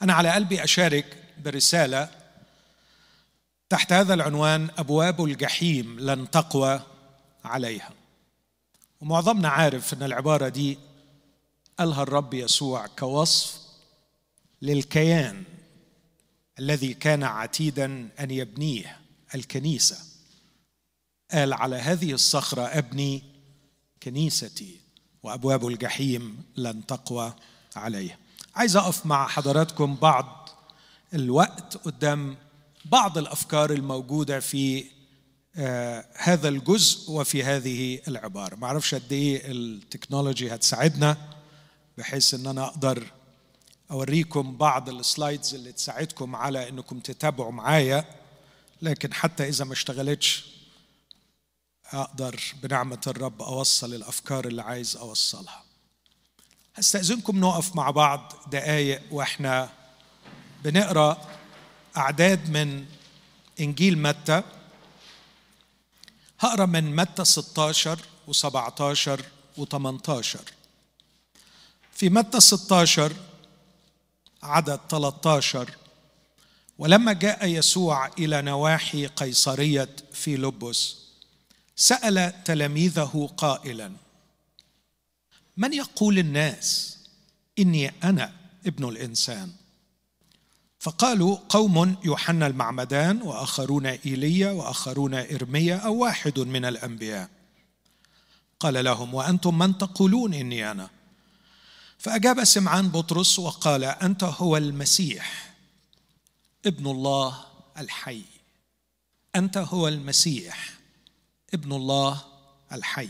أنا على قلبي أشارك برسالة تحت هذا العنوان: أبواب الجحيم لن تقوى عليها. ومعظمنا عارف أن العبارة دي قالها الرب يسوع كوصف للكيان الذي كان عتيدا أن يبنيه الكنيسة. قال: على هذه الصخرة أبني كنيستي وأبواب الجحيم لن تقوى عليها. عايز أقف مع حضراتكم بعض الوقت قدام بعض الأفكار الموجودة في هذا الجزء وفي هذه العبارة. ما أعرفش قد إيه التكنولوجي هتساعدنا بحيث أن أنا أقدر أوريكم بعض السلايدز اللي تساعدكم على أنكم تتابعوا معايا، لكن حتى إذا ما اشتغلتش أقدر بنعمة الرب أوصل الأفكار اللي عايز أوصلها. هستأذنكم نقف مع بعض دقايق وإحنا بنقرأ أعداد من إنجيل متى. هقرأ من متى 16 و17 و18. في متى 16 عدد 13: ولما جاء يسوع إلى نواحي قيصرية فيلبس سأل تلاميذه قائلا: من يقول الناس إني أنا ابن الإنسان؟ فقالوا: قوم يوحنا المعمدان، وآخرون إيليا، وآخرون إرميا، أو واحد من الأنبياء. قال لهم: وأنتم من تقولون إني أنا؟ فأجاب سمعان بطرس وقال: أنت هو المسيح ابن الله الحي. أنت هو المسيح ابن الله الحي.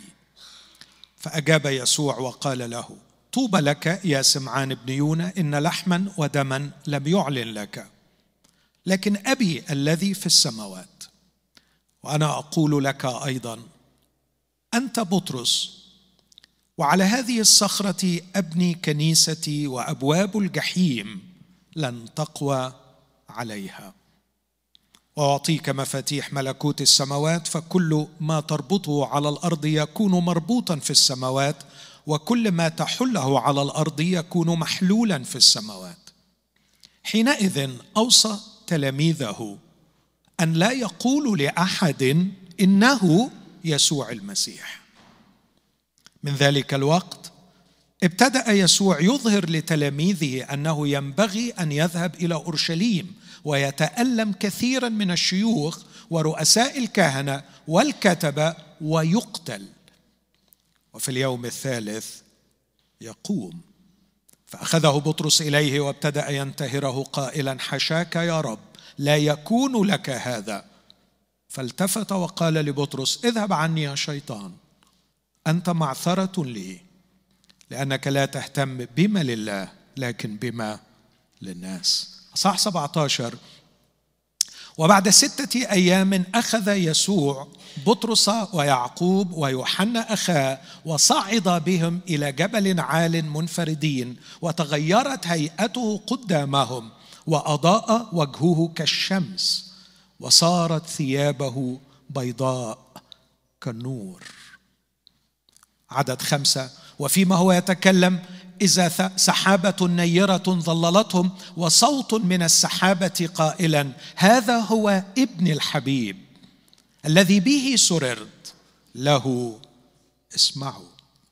فأجاب يسوع وقال له: طوبى لك يا سمعان ابن يونا، إن لحما ودما لم يعلن لك، لكن أبي الذي في السماوات. وأنا أقول لك أيضا: أنت بطرس، وعلى هذه الصخرة أبني كنيستي، وأبواب الجحيم لن تقوى عليها. وأعطيك مفاتيح ملكوت السماوات، فكل ما تربطه على الأرض يكون مربوطا في السماوات، وكل ما تحله على الأرض يكون محلولا في السماوات. حينئذ أوصى تلاميذه أن لا يقولوا لأحد إنه يسوع المسيح. من ذلك الوقت ابتدأ يسوع يظهر لتلاميذه أنه ينبغي أن يذهب إلى أورشليم ويتألم كثيرا من الشيوخ ورؤساء الكهنة والكتبة ويقتل، وفي اليوم الثالث يقوم. فأخذه بطرس إليه وابتدأ ينتهره قائلا: حشاك يا رب، لا يكون لك هذا. فالتفت وقال لبطرس: اذهب عني يا شيطان، أنت معثرة لي، لأنك لا تهتم بما لله لكن بما للناس. أصحاح 17: وبعد 6 أيام أخذ يسوع بطرس ويعقوب ويوحنا أخاه وصعد بهم إلى جبل عال منفردين، وتغيرت هيئته قدامهم، وأضاء وجهه كالشمس، وصارت ثيابه بيضاء كالنور. عدد 5: وفيما هو يتكلم إذا سحابة نيرة ظللتهم، وصوت من السحابة قائلا: هذا هو ابن الحبيب الذي به سررت، له اسمعوا.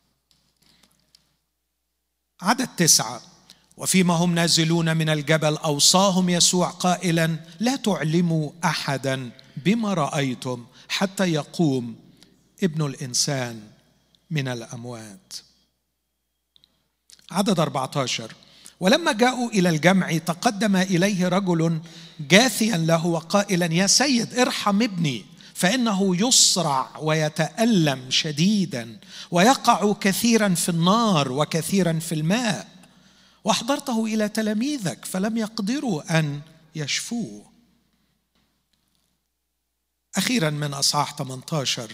عدد 9: وفيما هم نازلون من الجبل أوصاهم يسوع قائلا: لا تعلموا أحدا بما رأيتم حتى يقوم ابن الإنسان من الأموات. عدد 14: ولما جاءوا إلى الجمع تقدم إليه رجل جاثيا له وقائلا: يا سيد ارحم ابني، فإنه يصرع ويتألم شديدا، ويقع كثيرا في النار وكثيرا في الماء، وأحضرته إلى تلاميذك فلم يقدروا أن يشفوه. أخيرا من أصحاح 18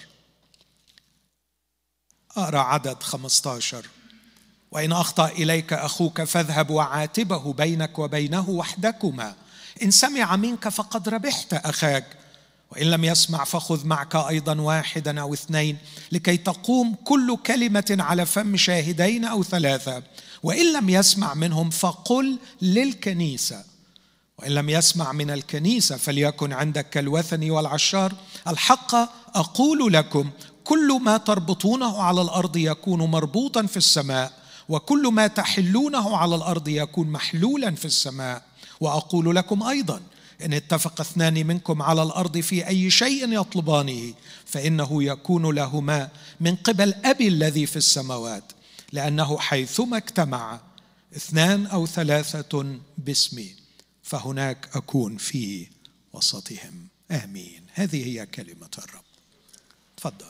أقرأ عدد 15: وإن أخطأ إليك أخوك فاذهب وعاتبه بينك وبينه وحدكما، إن سمع منك فقد ربحت أخاك، وإن لم يسمع فخذ معك أيضا واحدا أو اثنين، لكي تقوم كل كلمة على فم شاهدين أو ثلاثة. وإن لم يسمع منهم فقل للكنيسة. وإن لم يسمع من الكنيسة فليكن عندك كالوثني والعشار. الحق أقول لكم، كل ما تربطونه على الأرض يكون مربوطا في السماء، وكل ما تحلونه على الأرض يكون محلولا في السماء. وأقول لكم أيضا، إن اتفق اثنان منكم على الأرض في أي شيء يطلبانه فإنه يكون لهما من قبل أبي الذي في السماوات. لأنه حيثما اجتمع اثنان أو ثلاثة باسمي فهناك أكون في وسطهم. آمين. هذه هي كلمة الرب. تفضل.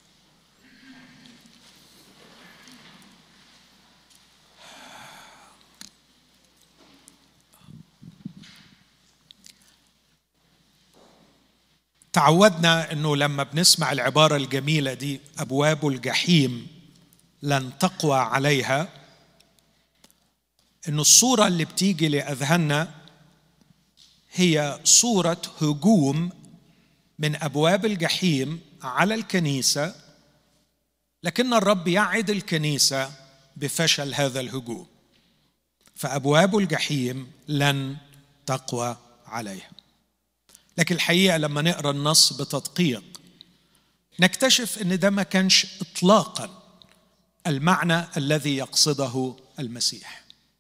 تعودنا أنه لما بنسمع العبارة الجميلة دي، أبواب الجحيم لن تقوى عليها، أن الصورة اللي بتيجي لأذهاننا هي صورة هجوم من أبواب الجحيم على الكنيسة، لكن الرب يعد الكنيسة بفشل هذا الهجوم، فأبواب الجحيم لن تقوى عليها. لكن الحقيقة لما نقرأ النص بتدقيق نكتشف أن ده ما كانش إطلاقا المعنى الذي يقصده المسيح.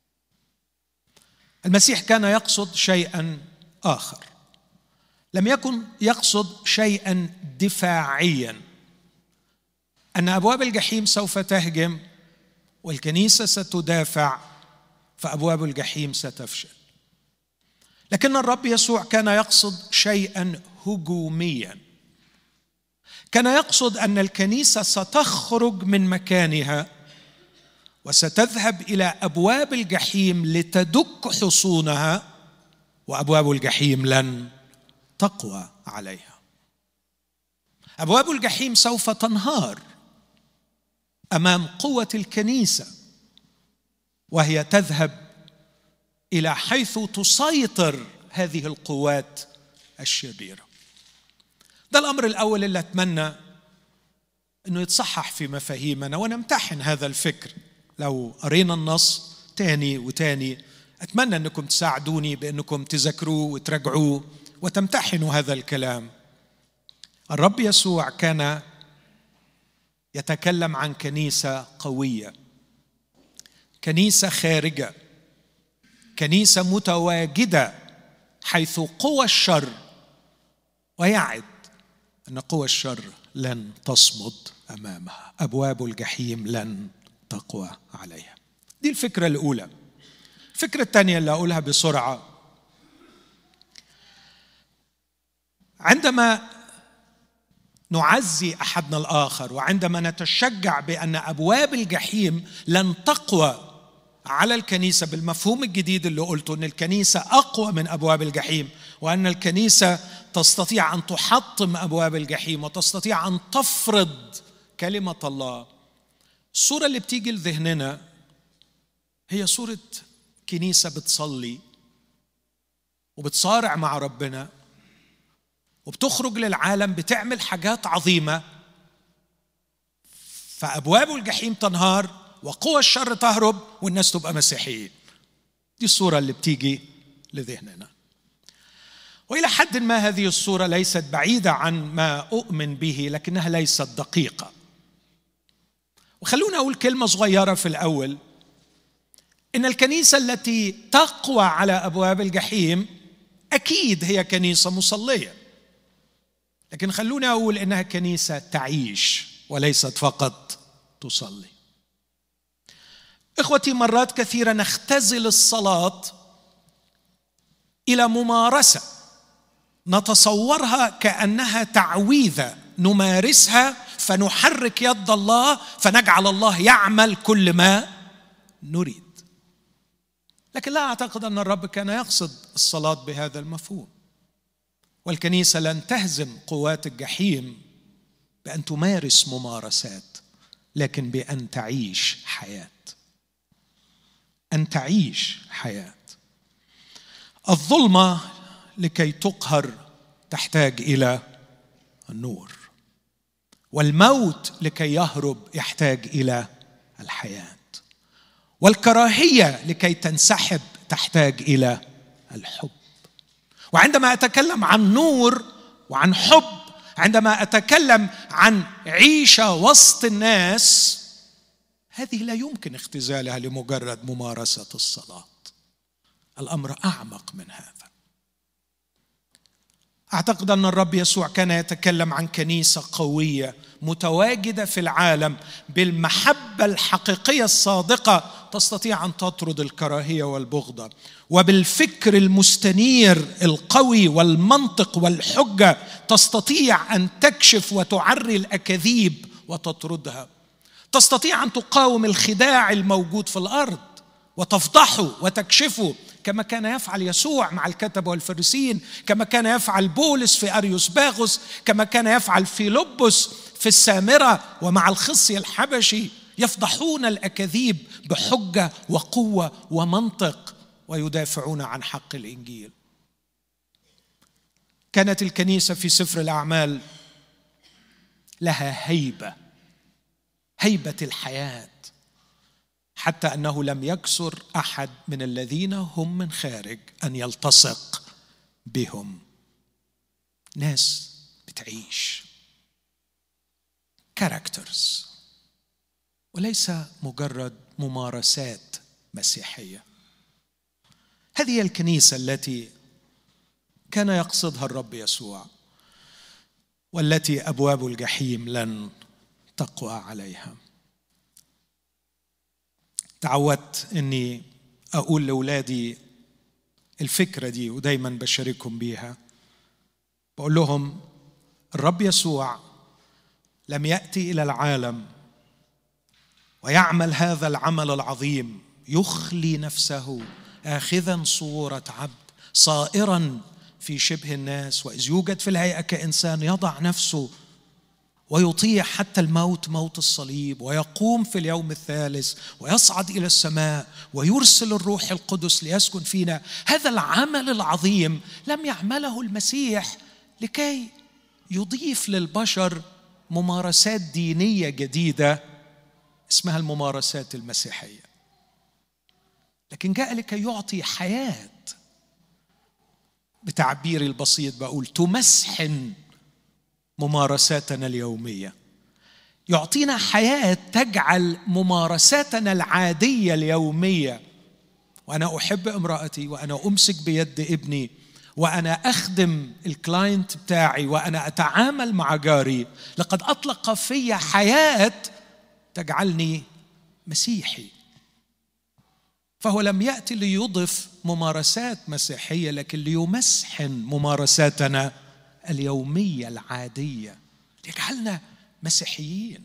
المسيح كان يقصد شيئا آخر، لم يكن يقصد شيئا دفاعيا، أن أبواب الجحيم سوف تهجم والكنيسة ستدافع فأبواب الجحيم ستفشل. لكن الرب يسوع كان يقصد شيئا هجوميا، كان يقصد أن الكنيسة ستخرج من مكانها وستذهب إلى أبواب الجحيم لتدك حصونها، وأبواب الجحيم لن تقوى عليها. أبواب الجحيم سوف تنهار أمام قوة الكنيسة، وهي تذهب إلى حيث تسيطر هذه القوات الشريرة. ده الأمر الأول اللي أتمنى أنه يتصحح في مفاهيمنا ونمتحن هذا الفكر. لو قرينا النص تاني وتاني أتمنى أنكم تساعدوني بأنكم تذكروه وتراجعوه وتمتحنوا هذا الكلام. الرب يسوع كان يتكلم عن كنيسة قوية، كنيسة خارجة، كنيسة متواجدة حيث قوى الشر، ويعد أن قوى الشر لن تصمد أمامها، أبواب الجحيم لن تقوى عليها. دي الفكرة الأولى. الفكرة الثانية اللي أقولها بسرعة، عندما نعزي أحدنا الآخر وعندما نتشجع بأن أبواب الجحيم لن تقوى على الكنيسة بالمفهوم الجديد اللي قلته، أن الكنيسة أقوى من أبواب الجحيم، وأن الكنيسة تستطيع أن تحطم أبواب الجحيم وتستطيع أن تفرض كلمة الله. الصورة اللي بتيجي لذهننا هي صورة كنيسة بتصلي وبتصارع مع ربنا وبتخرج للعالم بتعمل حاجات عظيمة، فأبواب الجحيم تنهار وقوى الشر تهرب والناس تبقى مسيحيين. دي الصورة اللي بتيجي لذهننا، وإلى حد ما هذه الصورة ليست بعيدة عن ما أؤمن به، لكنها ليست دقيقة. وخلونا أقول كلمة صغيرة في الأول، إن الكنيسة التي تقوى على أبواب الجحيم أكيد هي كنيسة مصلية، لكن خلونا أقول إنها كنيسة تعيش وليست فقط تصلي. إخوتي، مرات كثيرة نختزل الصلاة إلى ممارسة نتصورها كأنها تعويذة نمارسها فنحرك يد الله فنجعل الله يعمل كل ما نريد. لكن لا أعتقد أن الرب كان يقصد الصلاة بهذا المفهوم. والكنيسة لن تهزم قوات الجحيم بأن تمارس ممارسات، لكن بأن تعيش حياة، أن تعيش حياة. الظلمة لكي تقهر تحتاج إلى النور، والموت لكي يهرب يحتاج إلى الحياة، والكراهية لكي تنسحب تحتاج إلى الحب. وعندما أتكلم عن نور وعن حب، عندما أتكلم عن عيشة وسط الناس، هذه لا يمكن اختزالها لمجرد ممارسة الصلاة. الأمر أعمق من هذا. أعتقد أن الرب يسوع كان يتكلم عن كنيسة قوية متواجدة في العالم بالمحبة الحقيقية الصادقة، تستطيع أن تطرد الكراهية والبغضة، وبالفكر المستنير القوي والمنطق والحجة تستطيع أن تكشف وتعري الأكاذيب وتطردها. تستطيع أن تقاوم الخداع الموجود في الأرض وتفضحه وتكشفه، كما كان يفعل يسوع مع الكتبة والفريسيين، كما كان يفعل بولس في أريوسباغوس، كما كان يفعل فيلبس في السامرة ومع الخصي الحبشي. يفضحون الأكاذيب بحجة وقوة ومنطق ويدافعون عن حق الإنجيل. كانت الكنيسة في سفر الأعمال لها هيبة الحياة، حتى أنه لم يكسر أحد من الذين هم من خارج أن يلتصق بهم. ناس بتعيش كاركترز وليس مجرد ممارسات مسيحية. هذه هي الكنيسة التي كان يقصدها الرب يسوع، والتي أبواب الجحيم لن تقوى عليها. تعودت أني أقول لأولادي الفكرة دي ودايما بشاركهم بيها. بقول لهم الرب يسوع لم يأتي إلى العالم ويعمل هذا العمل العظيم، يخلي نفسه آخذا صورة عبد صائرا في شبه الناس، وإذ يوجد في الهيئة كإنسان يضع نفسه ويطيع حتى الموت، موت الصليب، ويقوم في اليوم الثالث ويصعد إلى السماء ويرسل الروح القدس ليسكن فينا. هذا العمل العظيم لم يعمله المسيح لكي يضيف للبشر ممارسات دينية جديدة اسمها الممارسات المسيحية، لكن جاء لكي يعطي حياة. بتعبيري البسيط بقول تمسحن ممارساتنا اليومية، يعطينا حياة تجعل ممارساتنا العادية اليومية، وأنا أحب امرأتي، وأنا أمسك بيد ابني، وأنا أخدم الكلاينت بتاعي، وأنا أتعامل مع جاري، لقد أطلق في حياة تجعلني مسيحي. فهو لم يأتي ليضف ممارسات مسيحية، لكن ليمسحن ممارساتنا اليومية العادية ليجعلنا مسيحيين.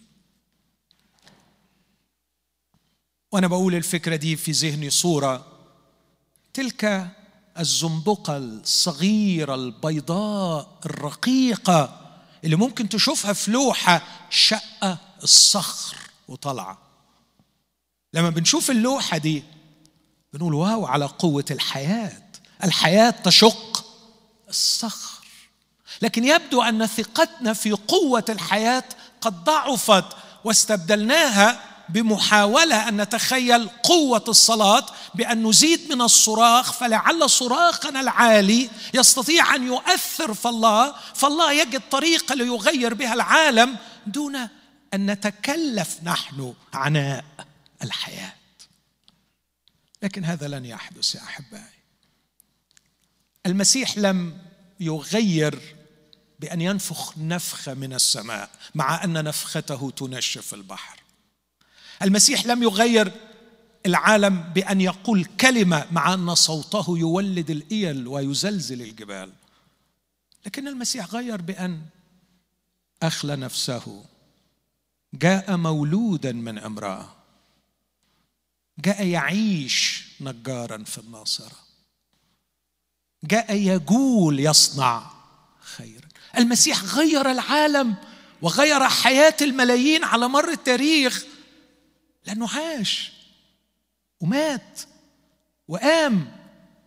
وأنا بقول الفكرة دي في ذهني صورة تلك الزنبقة الصغيرة البيضاء الرقيقة اللي ممكن تشوفها في لوحة شقة الصخر وطلعة. لما بنشوف اللوحة دي بنقول واو على قوة الحياة. الحياة تشق الصخر، لكن يبدو أن ثقتنا في قوة الحياة قد ضعفت، واستبدلناها بمحاولة أن نتخيل قوة الصلاة بأن نزيد من الصراخ، فلعل صراخنا العالي يستطيع أن يؤثر فالله يجد طريقة ليغير بها العالم دون أن نتكلف نحن عناء الحياة. لكن هذا لن يحدث يا أحبائي. المسيح لم يغير بأن ينفخ نفخة من السماء مع أن نفخته تنشف البحر. المسيح لم يغير العالم بأن يقول كلمة مع أن صوته يولد الإيل ويزلزل الجبال. لكن المسيح غير بأن أخلى نفسه، جاء مولودا من امرأة، جاء يعيش نجارا في الناصرة، جاء يجول يصنع خيرا. المسيح غير العالم وغير حياة الملايين على مر التاريخ، لأنه عاش ومات وقام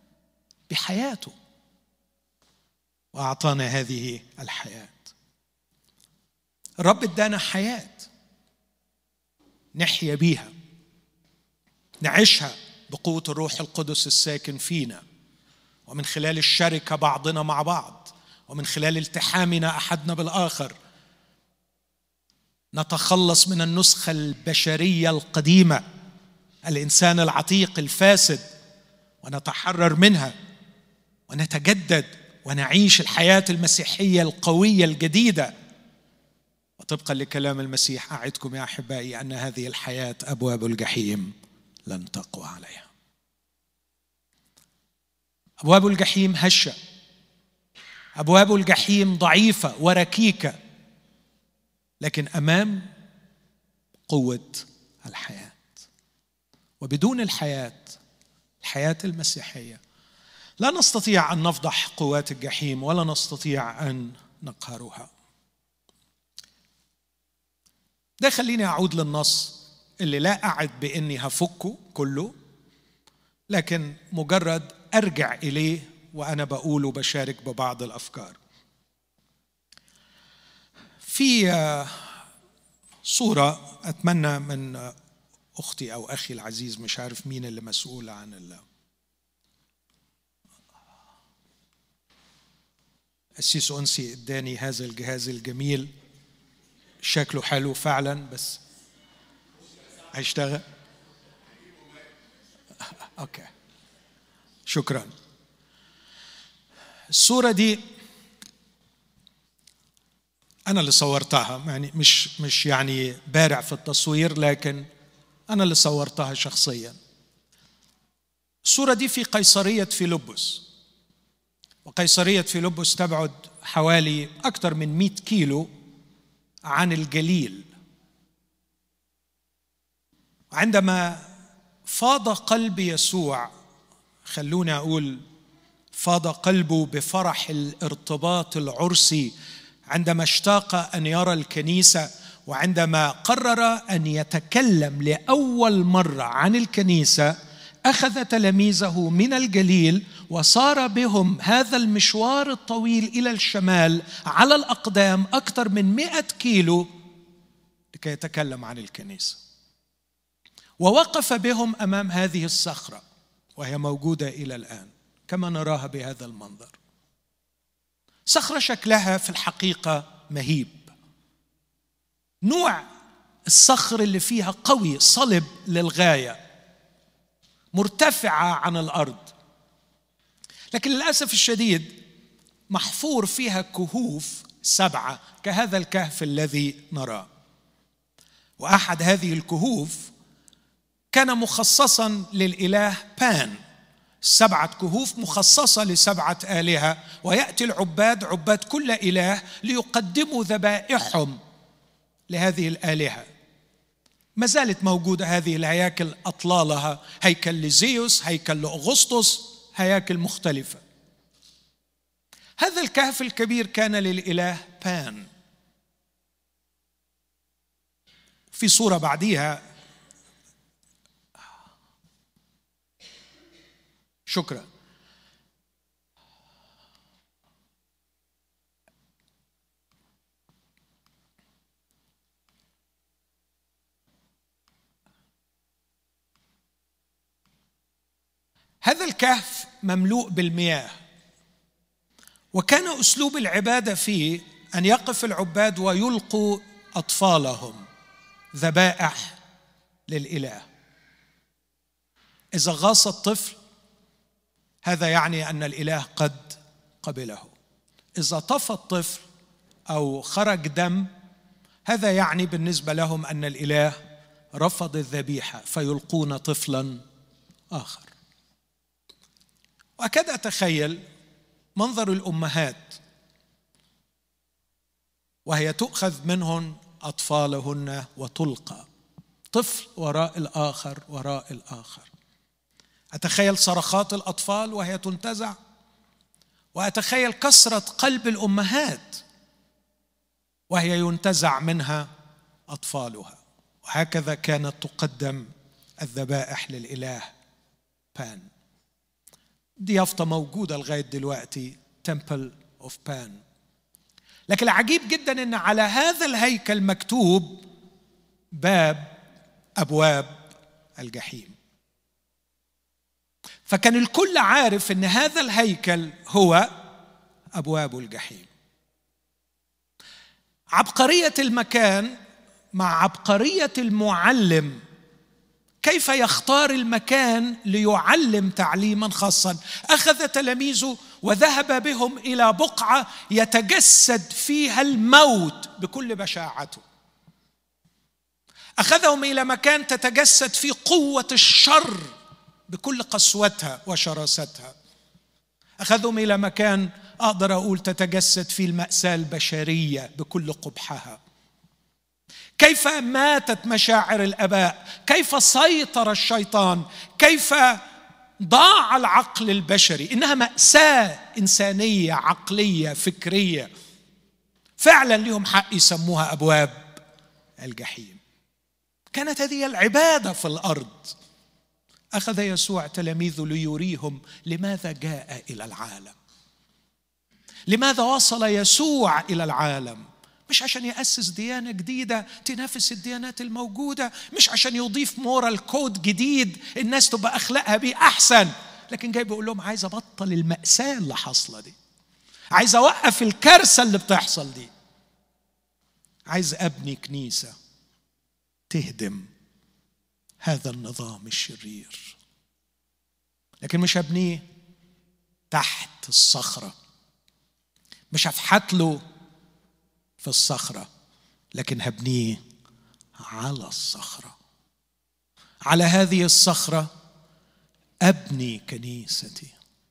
بحياته وأعطانا هذه الحياة. الرب ادانا حياة نحيا بيها، نعيشها بقوة الروح القدس الساكن فينا، ومن خلال الشركة بعضنا مع بعض، ومن خلال التحامنا أحدنا بالآخر نتخلص من النسخة البشرية القديمة، الإنسان العتيق الفاسد، ونتحرر منها ونتجدد ونعيش الحياة المسيحية القوية الجديدة. وطبقا لكلام المسيح أعدكم يا أحبائي أن هذه الحياة أبواب الجحيم لن تقوى عليها. أبواب الجحيم هشة، أبواب الجحيم ضعيفة وركيكة، لكن أمام قوة الحياة. وبدون الحياة المسيحية لا نستطيع أن نفضح قوات الجحيم ولا نستطيع أن نقهرها. ده خليني أعود للنص اللي لا أعد بإني هفكه كله، لكن مجرد أرجع إليه وأنا بقول وبشارك ببعض الأفكار. في صورة أتمنى من أختي أو أخي العزيز، مش عارف مين اللي مسؤول عن السيس أنسي اداني هذا الجهاز الجميل، شكله حلو فعلا، بس هيشتغل؟ أوكي، شكرا. الصورة دي أنا اللي صورتها، يعني مش يعني بارع في التصوير، لكن أنا اللي صورتها شخصيا. الصورة دي في قيصرية فيلبس، وقيصرية فيلبس تبعد حوالي أكثر من 100 كيلو عن الجليل. عندما فاض قلب يسوع، خلوني أقول فاض قلبه بفرح الارتباط العرسي عندما اشتاق أن يرى الكنيسة، وعندما قرر أن يتكلم لأول مرة عن الكنيسة، أخذ تلاميذه من الجليل وصار بهم هذا المشوار الطويل إلى الشمال على الأقدام أكثر من 100 كيلو لكي يتكلم عن الكنيسة. ووقف بهم أمام هذه الصخرة وهي موجودة إلى الآن كما نراها بهذا المنظر. صخرة شكلها في الحقيقة مهيب، نوع الصخر اللي فيها قوي صلب للغاية، مرتفعة عن الأرض، لكن للأسف الشديد محفور فيها كهوف 7 كهذا الكهف الذي نراه. وأحد هذه الكهوف كان مخصصا للإله بان، 7 كهوف مخصصة ل7 آلهة، ويأتي العباد عباد كل إله ليقدموا ذبائحهم لهذه الآلهة. ما زالت موجودة هذه الهياكل أطلالها، هيكل لزيوس، هيكل لأغسطس، هياكل مختلفة. هذا الكهف الكبير كان للإله بان. في صورة بعديها، شكرا، هذا الكهف مملوء بالمياه، وكان أسلوب العبادة فيه أن يقف العباد ويلقوا أطفالهم ذبائح للإله. إذا غاص الطفل هذا يعني أن الإله قد قبله، إذا طفى الطفل أو خرج دم هذا يعني بالنسبة لهم أن الإله رفض الذبيحة، فيلقون طفلا آخر. وأكاد أتخيل منظر الأمهات وهي تؤخذ منهن أطفالهن وتلقى طفل وراء الآخر وراء الآخر. أتخيل صرخات الأطفال وهي تنتزع، وأتخيل كسرة قلب الأمهات وهي ينتزع منها أطفالها. وهكذا كانت تقدم الذبائح للإله بان. دي يافطة موجودة لغاية دلوقتي، Temple of Pan. لكن العجيب جدا ان على هذا الهيكل مكتوب أبواب الجحيم. فكان الكل عارف ان هذا الهيكل هو أبواب الجحيم. عبقرية المكان مع عبقرية المعلم، كيف يختار المكان ليعلم تعليما خاصا. أخذ تلاميذه وذهب بهم إلى بقعة يتجسد فيها الموت بكل بشاعته. أخذهم إلى مكان تتجسد فيه قوة الشر بكل قسوتها وشراستها. أخذهم إلى مكان أقدر أقول تتجسد فيه المأساة البشرية بكل قبحها. كيف ماتت مشاعر الآباء، كيف سيطر الشيطان، كيف ضاع العقل البشري. إنها مأساة إنسانية عقلية فكرية، فعلا لهم حق يسموها أبواب الجحيم. كانت هذه العبادة في الأرض. أخذ يسوع تلاميذه ليريهم لماذا جاء إلى العالم، لماذا وصل يسوع إلى العالم. مش عشان يأسس ديانة جديدة تنافس الديانات الموجودة، مش عشان يضيف مورال كود جديد الناس تبقى أخلاقها بيه أحسن، لكن جاي بيقول لهم عايز أبطل المأساة اللي حصلة دي، عايز أوقف الكارثة اللي بتحصل دي، عايز أبني كنيسة تهدم هذا النظام الشرير. لكن مش هبنيه تحت الصخرة، مش هفحت له في الصخرة، لكن هبنيه على الصخرة. على هذه الصخرة أبني كنيستي.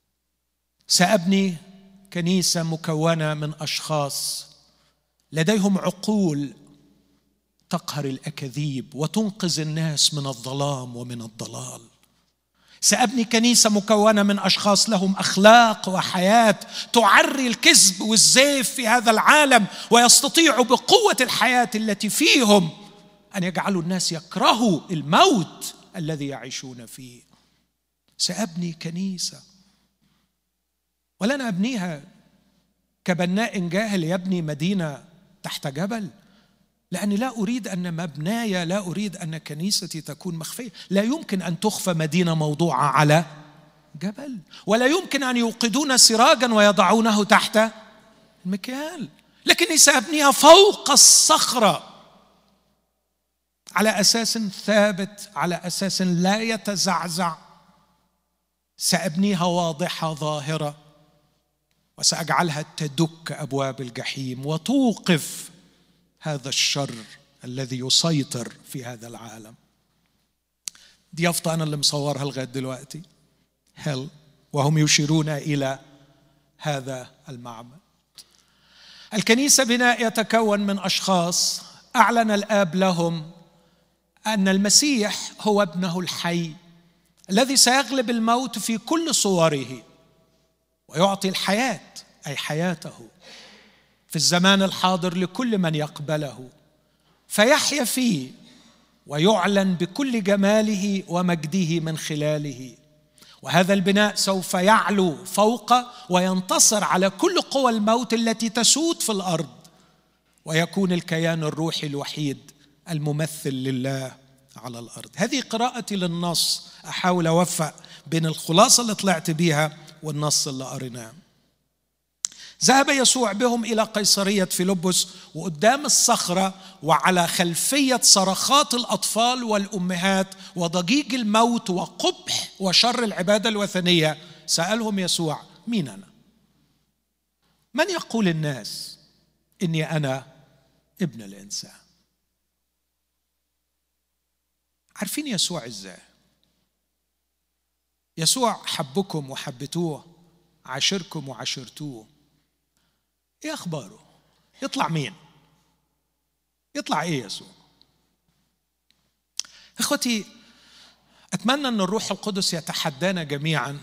سأبني كنيسة مكونة من أشخاص لديهم عقول تقهر الأكاذيب وتنقذ الناس من الظلام ومن الضلال. سأبني كنيسة مكونة من أشخاص لهم أخلاق وحياة تعري الكذب والزيف في هذا العالم، ويستطيعوا بقوة الحياة التي فيهم أن يجعلوا الناس يكرهوا الموت الذي يعيشون فيه. سأبني كنيسة، ولن أبنيها كبناء جاهل يبني مدينة تحت جبل، لأني لا أريد أن مبناي، لا أريد أن كنيستي تكون مخفية. لا يمكن أن تخفى مدينة موضوعة على جبل، ولا يمكن أن يوقدون سراجا ويضعونه تحت المكيال، لكني سأبنيها فوق الصخرة على أساس ثابت، على أساس لا يتزعزع. سأبنيها واضحة ظاهرة، وسأجعلها تدك أبواب الجحيم وتوقف هذا الشر الذي يسيطر في هذا العالم. دي يافطة أنا اللي مصورها لغاية دلوقتي، هل وهم يشيرون إلى هذا المعبد. الكنيسة بناء يتكون من أشخاص أعلن الآب لهم أن المسيح هو ابنه الحي الذي سيغلب الموت في كل صوره ويعطي الحياة، أي حياته في الزمان الحاضر لكل من يقبله، فيحيا فيه ويعلن بكل جماله ومجده من خلاله. وهذا البناء سوف يعلو فوق وينتصر على كل قوى الموت التي تسود في الأرض، ويكون الكيان الروحي الوحيد الممثل لله على الأرض. هذه قراءتي للنص، أحاول أوفق بين الخلاصة اللي طلعت بيها والنص اللي قريناه. ذهب يسوع بهم إلى قيصرية فيلبس، وقدام الصخرة وعلى خلفية صرخات الأطفال والأمهات وضجيج الموت وقبح وشر العبادة الوثنية، سألهم يسوع: مين أنا؟ من يقول الناس إني أنا ابن الإنسان؟ عارفين يسوع إزاي؟ يسوع حبكم وحبتوه، عاشركم وعاشرتوه. ايه اخباره؟ يطلع مين؟ يطلع ايه يسوع؟ اخوتي، اتمنى ان الروح القدس يتحدانا جميعا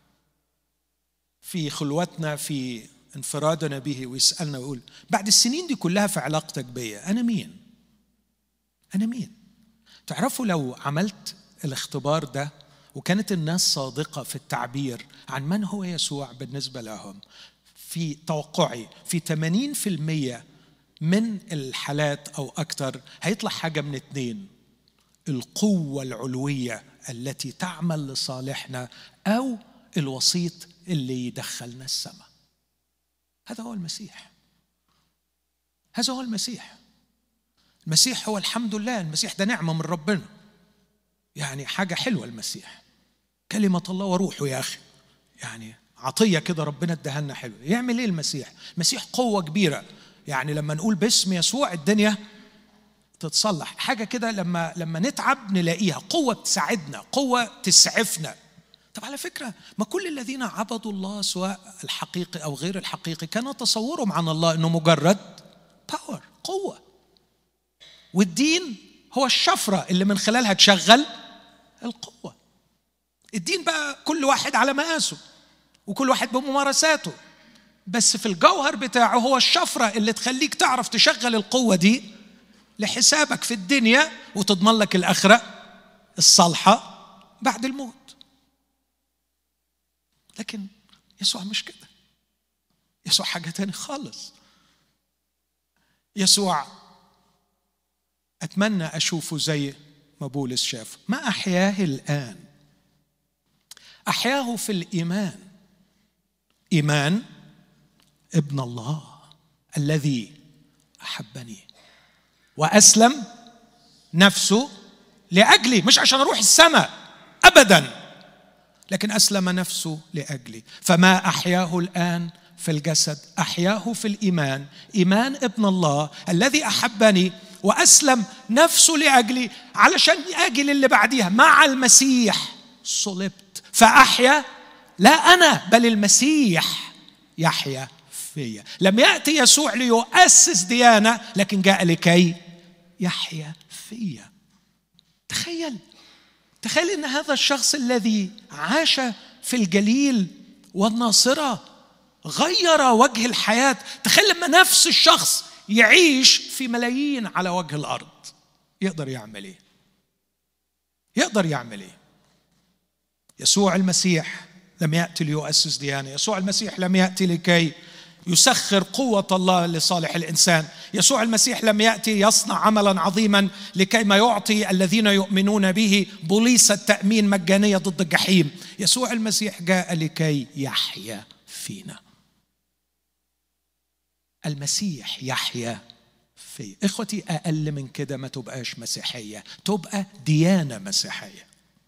في خلوتنا، في انفرادنا به، ويسألنا ويقول: بعد السنين دي كلها في علاقتك بيا، انا مين؟ انا مين؟ تعرفوا لو عملت الاختبار ده وكانت الناس صادقة في التعبير عن من هو يسوع بالنسبة لهم، في توقعي في 80% من الحالات أو أكثر هيطلع حاجة من اتنين: القوة العلوية التي تعمل لصالحنا، أو الوسيط اللي يدخلنا السماء. هذا هو المسيح. هذا هو المسيح. المسيح هو الحمد لله، المسيح ده نعمة من ربنا، يعني حاجة حلوة. المسيح كلمة الله وروحه يا أخي، يعني عطية كده ربنا ادهلنا حلو. يعمل ايه المسيح؟ المسيح قوة كبيرة، يعني لما نقول باسم يسوع الدنيا تتصلح. حاجة كده لما نتعب نلاقيها، قوة تساعدنا، قوة تسعفنا. طب على فكرة، ما كل الذين عبدوا الله سواء الحقيقي أو غير الحقيقي كان تصورهم عن الله أنه مجرد باور، قوة. والدين هو الشفرة اللي من خلالها تشغل القوة. الدين بقى كل واحد على مقاسه وكل واحد بممارساته، بس في الجوهر بتاعه هو الشفرة اللي تخليك تعرف تشغل القوة دي لحسابك في الدنيا وتضمن لك الآخرة الصالحة بعد الموت. لكن يسوع مش كده. يسوع حاجة تاني خالص. يسوع أتمنى أشوفه زي ما بولس شافه. ما أحياه الآن، أحياه في الإيمان، إيمان ابن الله الذي أحبني وأسلم نفسه لأجلي، مش عشان أروح السماء أبدا، لكن أسلم نفسه لأجلي. فما أحياه الآن في الجسد أحياه في الإيمان، إيمان ابن الله الذي أحبني وأسلم نفسه لأجلي، علشان أجل اللي بعديها. مع المسيح صلبت فأحيا لا أنا بل المسيح يحيا فيا. لم يأتي يسوع ليؤسس ديانة، لكن جاء لكي يحيا فيا. تخيل إن هذا الشخص الذي عاش في الجليل والناصرة غير وجه الحياة. تخيل لما نفس الشخص يعيش في ملايين على وجه الأرض، يقدر يعمل إيه؟ يقدر يعمل إيه؟ يسوع المسيح لم يأتي ليؤسس ديانة. يسوع المسيح لم يأتي لكي يسخر قوة الله لصالح الإنسان. يسوع المسيح لم يأتي يصنع عملا عظيما لكي ما يعطي الذين يؤمنون به بوليصة تأمين مجانية ضد الجحيم. يسوع المسيح جاء لكي يحيا فينا. المسيح يحيا في إخوتي. أقل من كده ما تبقاش مسيحية، تبقى ديانة مسيحية.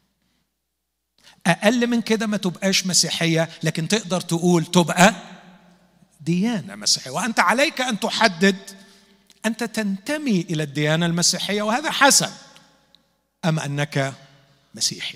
أقل من كده ما تبقاش مسيحية، لكن تقدر تقول تبقى ديانة مسيحية. وأنت عليك أن تحدد أنت تنتمي إلى الديانة المسيحية وهذا حسن، أم أنك مسيحي.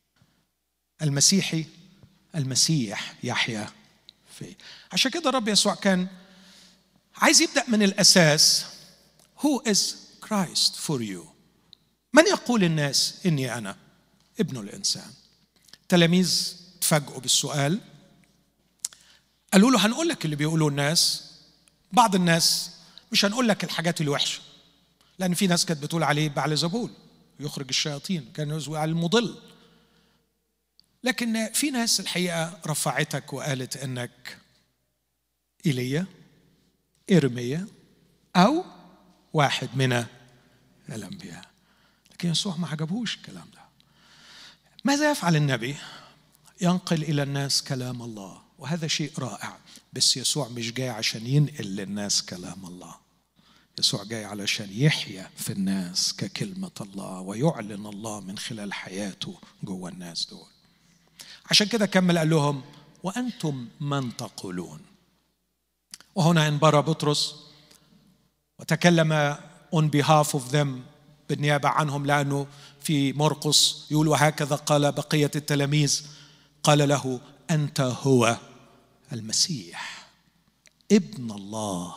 المسيح يحيا فيه. عشان كده الرب يسوع كان عايز يبدأ من الأساس. Who is Christ for you؟ من يقول الناس إني أنا ابن الإنسان؟ تلاميذ تفاجئوا بالسؤال، قالوا له هنقول لك اللي بيقولوا الناس. بعض الناس مش هنقول لك الحاجات الوحشة، لأن في ناس كانت بتقول عليه بعلزبول يخرج الشياطين، كان يقول على المضل. لكن في ناس الحقيقة رفعتك وقالت إنك إيليا، إرميا، أو واحد من الأنبياء. لكن يسوع ما عجبوش الكلام ده. ماذا يفعل النبي؟ ينقل إلى الناس كلام الله، وهذا شيء رائع. بس يسوع مش جاي عشان ينقل للناس كلام الله، يسوع جاي علشان يحيا في الناس ككلمة الله ويعلن الله من خلال حياته جوه الناس دول. عشان كده كمل قال لهم وأنتم من تقولون. وهنا انبرى بطرس وتكلم on behalf of them، بالنيابة عنهم، لأنه في مرقس يقول وهكذا قال بقية التلاميذ. قال له أنت هو المسيح ابن الله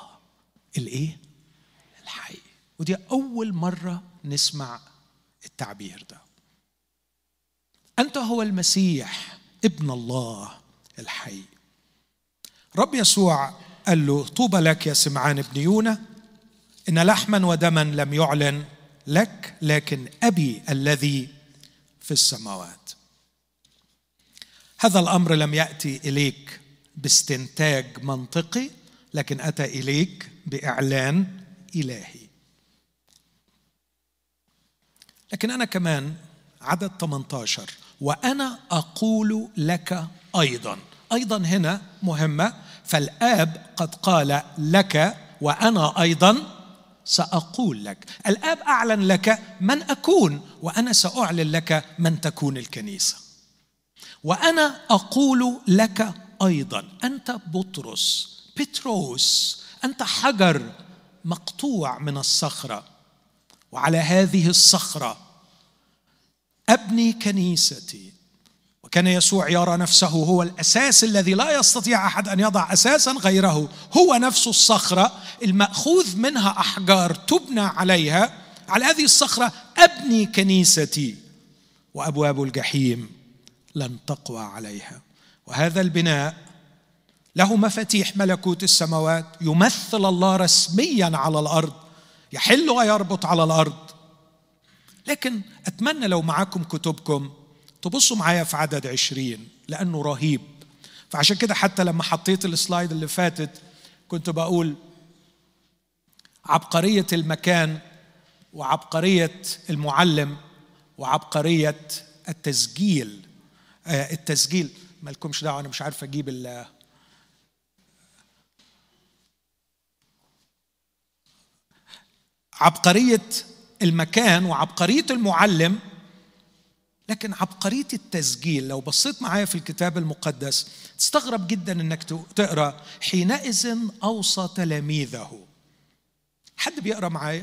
الحي. ودي أول مرة نسمع التعبير ده. أنت هو المسيح ابن الله الحي. رب يسوع قال له طوبى لك يا سمعان ابن يونا، إن لحما ودما لم يعلن لك، لكن أبي الذي في السماوات. هذا الأمر لم يأتي إليك باستنتاج منطقي، لكن أتى إليك بإعلان إلهي. لكن أنا كمان عدد 18 وأنا أقول لك أيضا. أيضا هنا مهمة، فالآب قد قال لك وأنا أيضا سأقول لك. الآب أعلن لك من أكون، وأنا سأعلن لك من تكون الكنيسة. وأنا أقول لك أيضا، أنت بطرس بطرس، أنت حجر مقطوع من الصخرة، وعلى هذه الصخرة أبني كنيستي. وكان يسوع يرى نفسه هو الأساس الذي لا يستطيع أحد أن يضع أساسا غيره، هو نفس الصخرة المأخوذ منها أحجار تبنى عليها. على هذه الصخرة أبني كنيستي وأبواب الجحيم لن تقوى عليها. وهذا البناء له مفاتيح ملكوت السماوات، يمثل الله رسميا على الأرض، يحل ويربط على الأرض. لكن أتمنى لو معاكم كتبكم تبصوا معايا في عدد 20 لأنه رهيب. فعشان كده حتى لما حطيت السلايد اللي فاتت كنت بقول عبقرية المكان وعبقرية المعلم وعبقرية التسجيل. التسجيل مالكمش دعوة، أنا مش عارف أجيب عبقرية المكان وعبقرية المعلم، لكن عبقرية التسجيل. لو بصيت معايا في الكتاب المقدس تستغرب جدا انك تقرأ حينئذ أوصى تلاميذه. حد بيقرأ معايا؟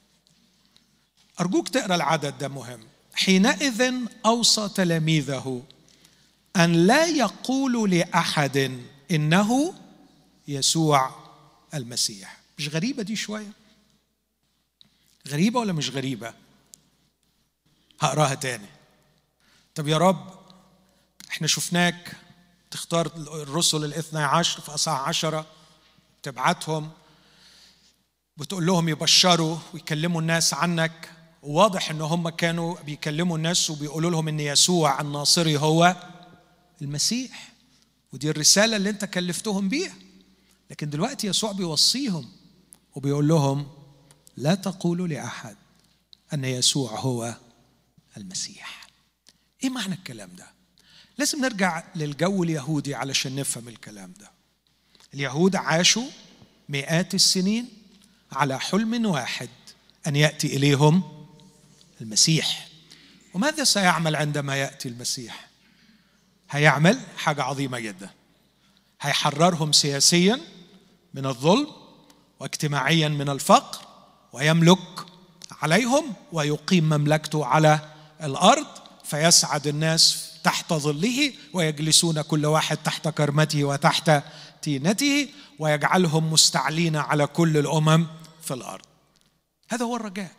أرجوك تقرأ العدد ده، مهم. حينئذ أوصى تلاميذه أن لا يقولوا لأحد إنه يسوع المسيح. مش غريبة دي شوية؟ غريبة ولا مش غريبة؟ هقراها تاني. طب يا رب احنا شفناك تختار الرسل 12 في أصحاح 10، تبعتهم بتقول لهم يبشروا ويكلموا الناس عنك، وواضح ان هم كانوا بيكلموا الناس وبيقولوا لهم ان يسوع الناصري هو المسيح، ودي الرسالة اللي انت كلفتهم بيها. لكن دلوقتي يسوع بيوصيهم وبيقول لهم لا تقولوا لأحد أن يسوع هو المسيح. إيه معنى الكلام ده؟ لازم نرجع للجو اليهودي علشان نفهم الكلام ده. اليهود عاشوا مئات السنين على حلم واحد، أن يأتي إليهم المسيح. وماذا سيعمل عندما يأتي المسيح؟ هيعمل حاجة عظيمة جدا، هيحررهم سياسيا من الظلم واجتماعيا من الفقر، ويملك عليهم ويقيم مملكته على الأرض، فيسعد الناس تحت ظله ويجلسون كل واحد تحت كرمته وتحت تينته، ويجعلهم مستعلين على كل الأمم في الأرض. هذا هو الرجاء.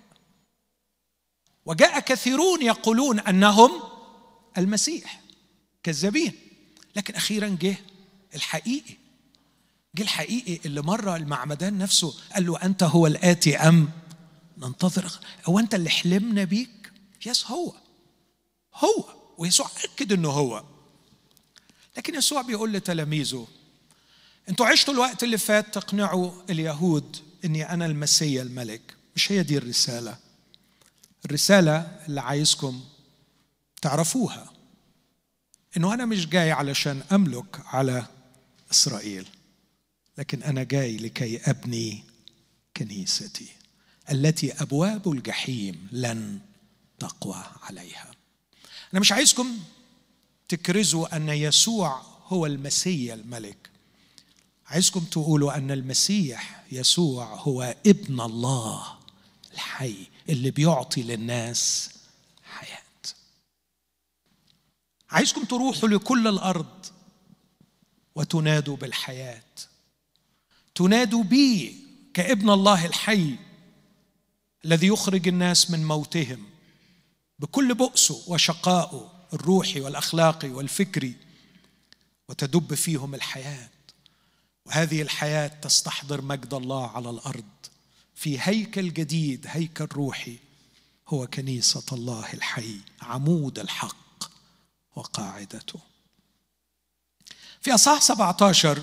وجاء كثيرون يقولون أنهم المسيح، كذابين، لكن أخيرا جه الحقيقي. جه الحقيقي اللي مرة المعمدان نفسه قال له أنت هو الآتي أم ننتظر؟ هو أنت اللي حلمنا بيك؟ يس، هو ويسوع أكد أنه هو. لكن يسوع بيقول لتلاميذه أنتوا عشتوا الوقت اللي فات تقنعوا اليهود أني أنا المسيا الملك. مش هي دي الرسالة. الرسالة اللي عايزكم تعرفوها أنه أنا مش جاي علشان أملك على إسرائيل، لكن أنا جاي لكي أبني كنيستي التي أبواب الجحيم لن تقوى عليها. أنا مش عايزكم تكرزوا أن يسوع هو المسيا الملك، عايزكم تقولوا أن المسيح يسوع هو ابن الله الحي اللي بيعطي للناس حياة. عايزكم تروحوا لكل الأرض وتنادوا بالحياة، تنادوا بي كابن الله الحي الذي يخرج الناس من موتهم بكل بؤسه وشقائه الروحي والأخلاقي والفكري، وتدب فيهم الحياة. وهذه الحياة تستحضر مجد الله على الأرض في هيكل جديد، هيكل روحي هو كنيسة الله الحي، عمود الحق وقاعدته. في في أصحاح 17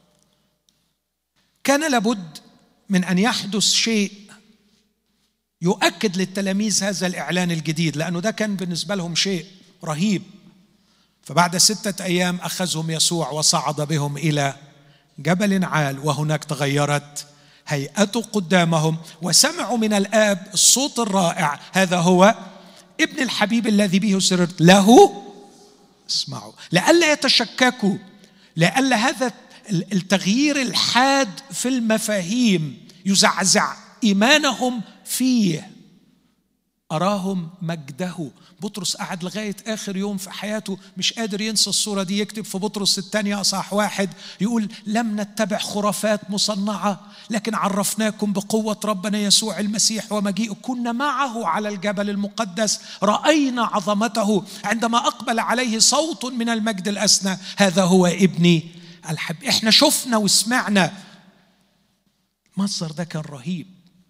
كان لابد من أن يحدث شيء يؤكد للتلاميذ هذا الإعلان الجديد، لأنه ده كان بالنسبة لهم شيء رهيب. فبعد 6 أيام أخذهم يسوع وصعد بهم إلى جبل عال، وهناك تغيرت هيئته قدامهم، وسمعوا من الآب الصوت الرائع: هذا هو ابن الحبيب الذي به سررت له اسمعوا. لئلا يتشككوا، لئلا هذا التغيير الحاد في المفاهيم يزعزع إيمانهم فيه. أراهم مجده. بطرس قعد لغاية آخر يوم في حياته مش قادر ينسى الصورة دي. يكتب في بطرس الثانية أصحاح 1 يقول: لم نتبع خرافات مصنعة، لكن عرفناكم بقوة ربنا يسوع المسيح ومجيئه. كنا معه على الجبل المقدس، رأينا عظمته عندما أقبل عليه صوت من المجد الأسنى: هذا هو ابني الحبيب. احنا شفنا وسمعنا. المنظر ده كان رهيب.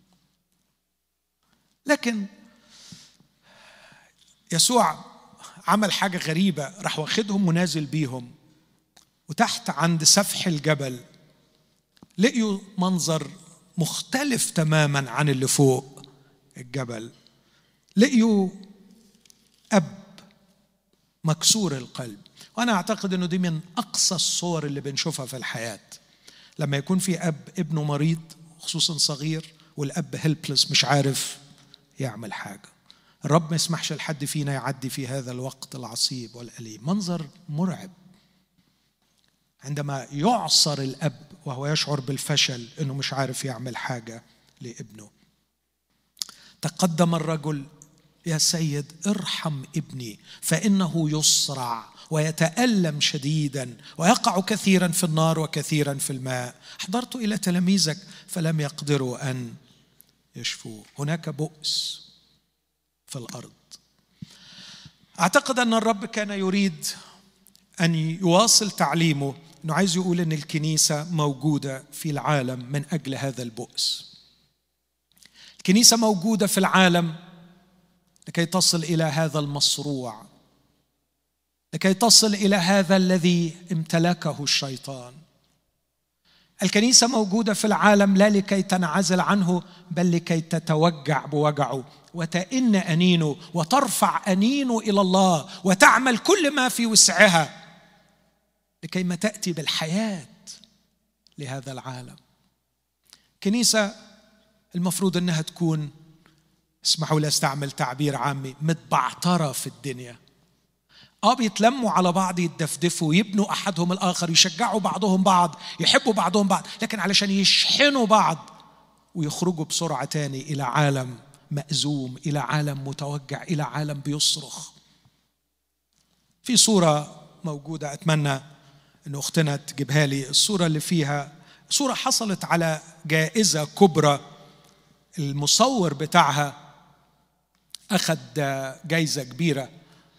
لكن يسوع عمل حاجة غريبة، راح واخدهم ونازل بيهم، وتحت عند سفح الجبل لقيوا منظر مختلف تماما عن اللي فوق الجبل. لقيوا أب مكسور القلب. وأنا أعتقد أنه دي من أقصى الصور اللي بنشوفها في الحياة، لما يكون في أب ابنه مريض خصوصا صغير، والأب هيلبلس مش عارف يعمل حاجة. الرب ما يسمحش لحد فينا يعدي في هذا الوقت العصيب والأليم. منظر مرعب عندما يعصر الأب وهو يشعر بالفشل، أنه مش عارف يعمل حاجة لابنه. تقدم الرجل: يا سيد ارحم ابني، فإنه يصرع ويتألم شديدا ويقع كثيرا في النار وكثيرا في الماء. حضرت إلى تلاميذك فلم يقدروا أن يشفوه. هناك بؤس في الأرض. أعتقد أن الرب كان يريد أن يواصل تعليمه، أنه عايز يقول أن الكنيسة موجودة في العالم من أجل هذا البؤس. الكنيسة موجودة في العالم لكي تصل إلى هذا المصروع، لكي تصل إلى هذا الذي امتلكه الشيطان. الكنيسة موجودة في العالم لا لكي تنعزل عنه، بل لكي تتوجع بوجعه وتئن أنينه وترفع أنينه إلى الله وتعمل كل ما في وسعها لكي ما تأتي بالحياة لهذا العالم. كنيسة المفروض أنها تكون، اسمحوا لي أستعمل تعبير عامي، متبعترة في الدنيا. بيتلموا على بعض، يتدفدفوا، يبنوا أحدهم الآخر، يشجعوا بعضهم بعض، يحبوا بعضهم بعض، لكن علشان يشحنوا بعض ويخرجوا بسرعة تاني إلى عالم مأزوم، إلى عالم متوجع، إلى عالم بيصرخ. في صورة موجودة أتمنى أن أختنا تجيبها لي، الصورة اللي فيها صورة حصلت على جائزة كبرى، المصور بتاعها أخذ جائزة كبيرة.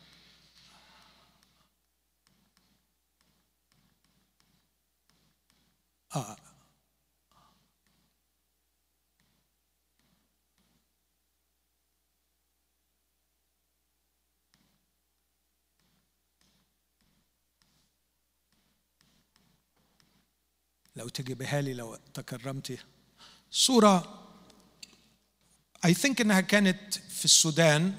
لو تجيبها لي لو تكرمتي. صورة I think إنها كانت في السودان.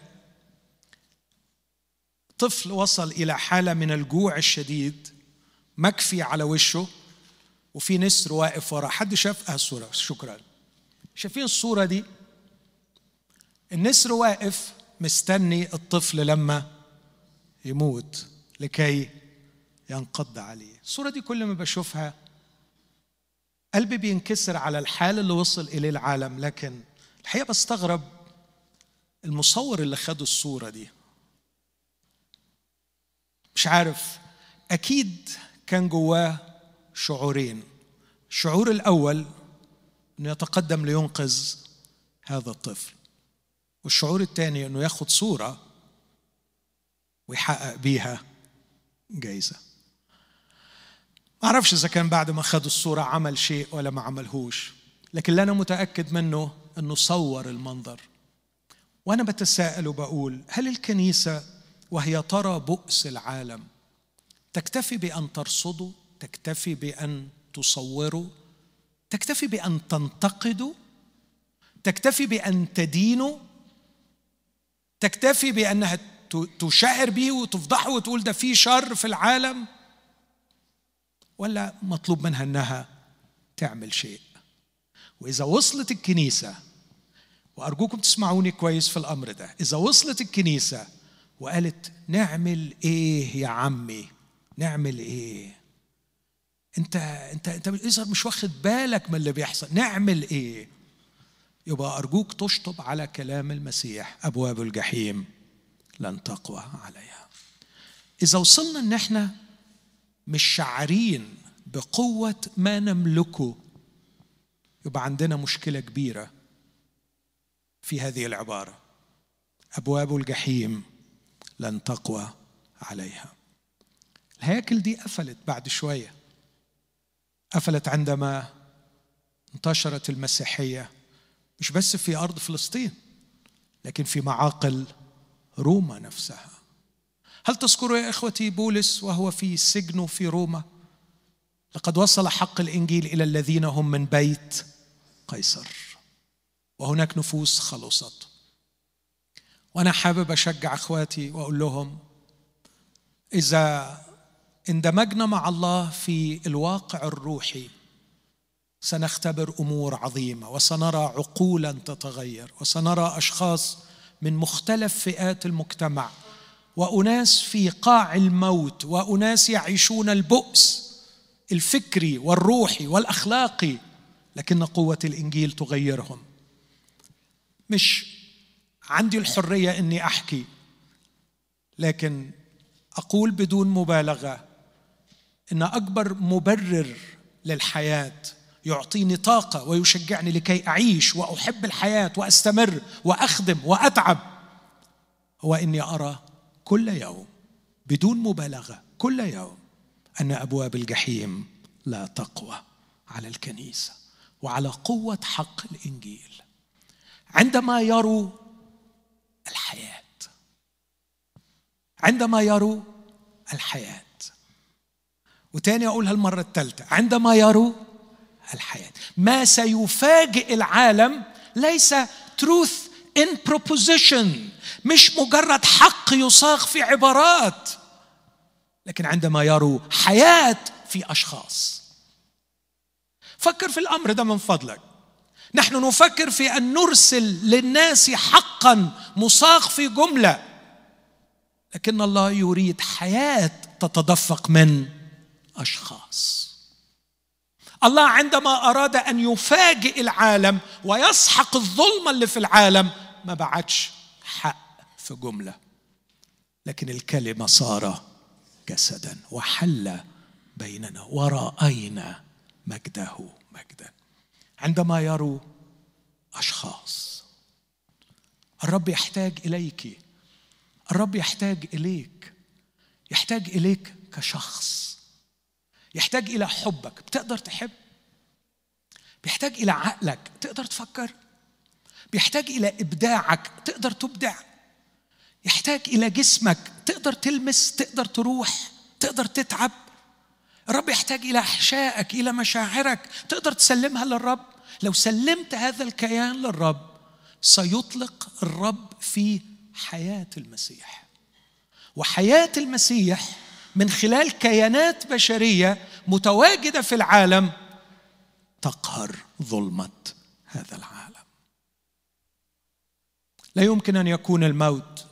طفل وصل إلى حالة من الجوع الشديد، مكفي على وشه، وفي نسر واقف وراه. حد شاف الصورة؟ شكرا. شايفين الصورة دي؟ النسر واقف مستني الطفل لما يموت لكي ينقض عليه. الصورة دي كل ما بشوفها قلبي بينكسر على الحال اللي وصل إليه العالم. لكن الحقيقة بستغرب المصور اللي خد الصورة دي، مش عارف، أكيد كان جواه شعورين. الشعور الأول أنه يتقدم لينقذ هذا الطفل، والشعور الثاني أنه ياخد صورة ويحقق بيها جايزة. ما أعرفش إذا كان بعد ما خد الصورة عمل شيء ولا ما عملهوش، لكن اللي أنا متأكد منه أنه صور المنظر. وأنا بتساءل وبقول: هل الكنيسة وهي ترى بؤس العالم تكتفي بأن ترصده تكتفي بأن تصوروا، تكتفي بأن تنتقدوا، تكتفي بأن تدينوا، تكتفي بأنها تشعر به وتفضحه وتقول ده في شر في العالم، ولا مطلوب منها أنها تعمل شيء؟ وإذا وصلت الكنيسة، وأرجوكم تسمعوني كويس في الأمر ده، إذا وصلت الكنيسة وقالت نعمل إيه يا عمي، نعمل إيه؟ أنت إذا مش واخد بالك من اللي بيحصل، نعمل إيه؟ يبقى أرجوك تشطب على كلام المسيح، أبواب الجحيم لن تقوى عليها. إذا وصلنا إن إحنا مش شاعرين بقوة ما نملكه، يبقى عندنا مشكلة كبيرة في هذه العبارة، أبواب الجحيم لن تقوى عليها. الهياكل دي قفلت بعد شوية، قفلت عندما انتشرت المسيحية، مش بس في أرض فلسطين لكن في معاقل روما نفسها. هل تذكروا يا إخوتي بولس وهو في سجنه في روما؟ لقد وصل حق الإنجيل إلى الذين هم من بيت قيصر، وهناك نفوس خلصت. وأنا حابب أشجع أخواتي وأقول لهم إذا اندمجنا مع الله في الواقع الروحي سنختبر أمور عظيمة، وسنرى عقولا تتغير، وسنرى أشخاص من مختلف فئات المجتمع، وأناس في قاع الموت، وأناس يعيشون البؤس الفكري والروحي والأخلاقي، لكن قوة الإنجيل تغيرهم. مش عندي الحرية أني أحكي، لكن أقول بدون مبالغة إن أكبر مبرر للحياة يعطيني طاقة ويشجعني لكي أعيش وأحب الحياة وأستمر وأخدم وأتعب هو إني أرى كل يوم بدون مبالغة كل يوم أن أبواب الجحيم لا تقوى على الكنيسة وعلى قوة حق الإنجيل. عندما يروا الحياة، عندما يروا الحياة، وتاني أقولها المرة الثالثة، عندما يروا الحياة، ما سيفاجئ العالم ليس truth in proposition، مش مجرد حق يصاغ في عبارات، لكن عندما يروا حياة في أشخاص. فكر في الأمر ده من فضلك. نحن نفكر في أن نرسل للناس حقا مصاغ في جملة، لكن الله يريد حياة تتدفق من أشخاص. الله عندما أراد أن يفاجئ العالم ويسحق الظلم اللي في العالم ما بعدش حق في جملة، لكن الكلمة صار جسدا وحل بيننا ورأينا مجده مجدا. عندما يروا أشخاص، الرب يحتاج إليك، الرب يحتاج إليك، يحتاج إليك كشخص، يحتاج إلى حبك بتقدر تحب، بيحتاج إلى عقلك تقدر تفكر، بيحتاج إلى إبداعك تقدر تبدع، يحتاج إلى جسمك تقدر تلمس، تقدر تروح، تقدر تتعب. الرب يحتاج إلى أحشائك، إلى مشاعرك تقدر تسلمها للرب. لو سلمت هذا الكيان للرب سيطلق الرب في حياة المسيح، وحياة المسيح من خلال كيانات بشرية متواجدة في العالم تقهر ظلمة هذا العالم. لا يمكن أن يكون الموت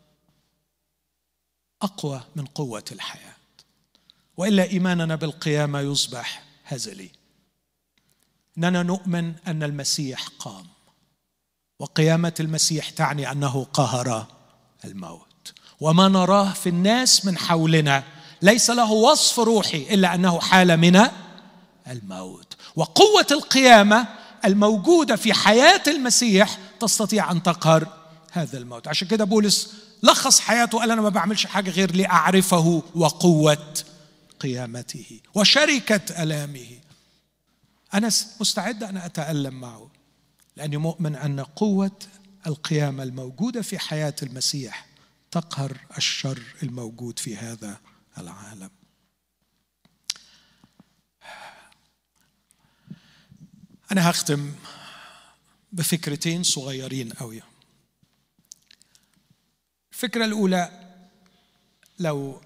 أقوى من قوة الحياة، وإلا إيماننا بالقيامة يصبح هزلي. إننا نؤمن أن المسيح قام، وقيامة المسيح تعني أنه قهر الموت، وما نراه في الناس من حولنا ليس له وصف روحي إلا أنه حال من الموت، وقوة القيامة الموجودة في حياة المسيح تستطيع أن تقهر هذا الموت. عشان كده بولس لخص حياته قال أنا ما بعملش حاجة غير لأعرفه وقوة قيامته وشركة ألامه. أنا مستعد أن أتألم معه، لأني مؤمن أن قوة القيامة الموجودة في حياة المسيح تقهر الشر الموجود في هذا العالم. أنا هختم بفكرتين صغيرين قوي. الفكرة الأولى، لو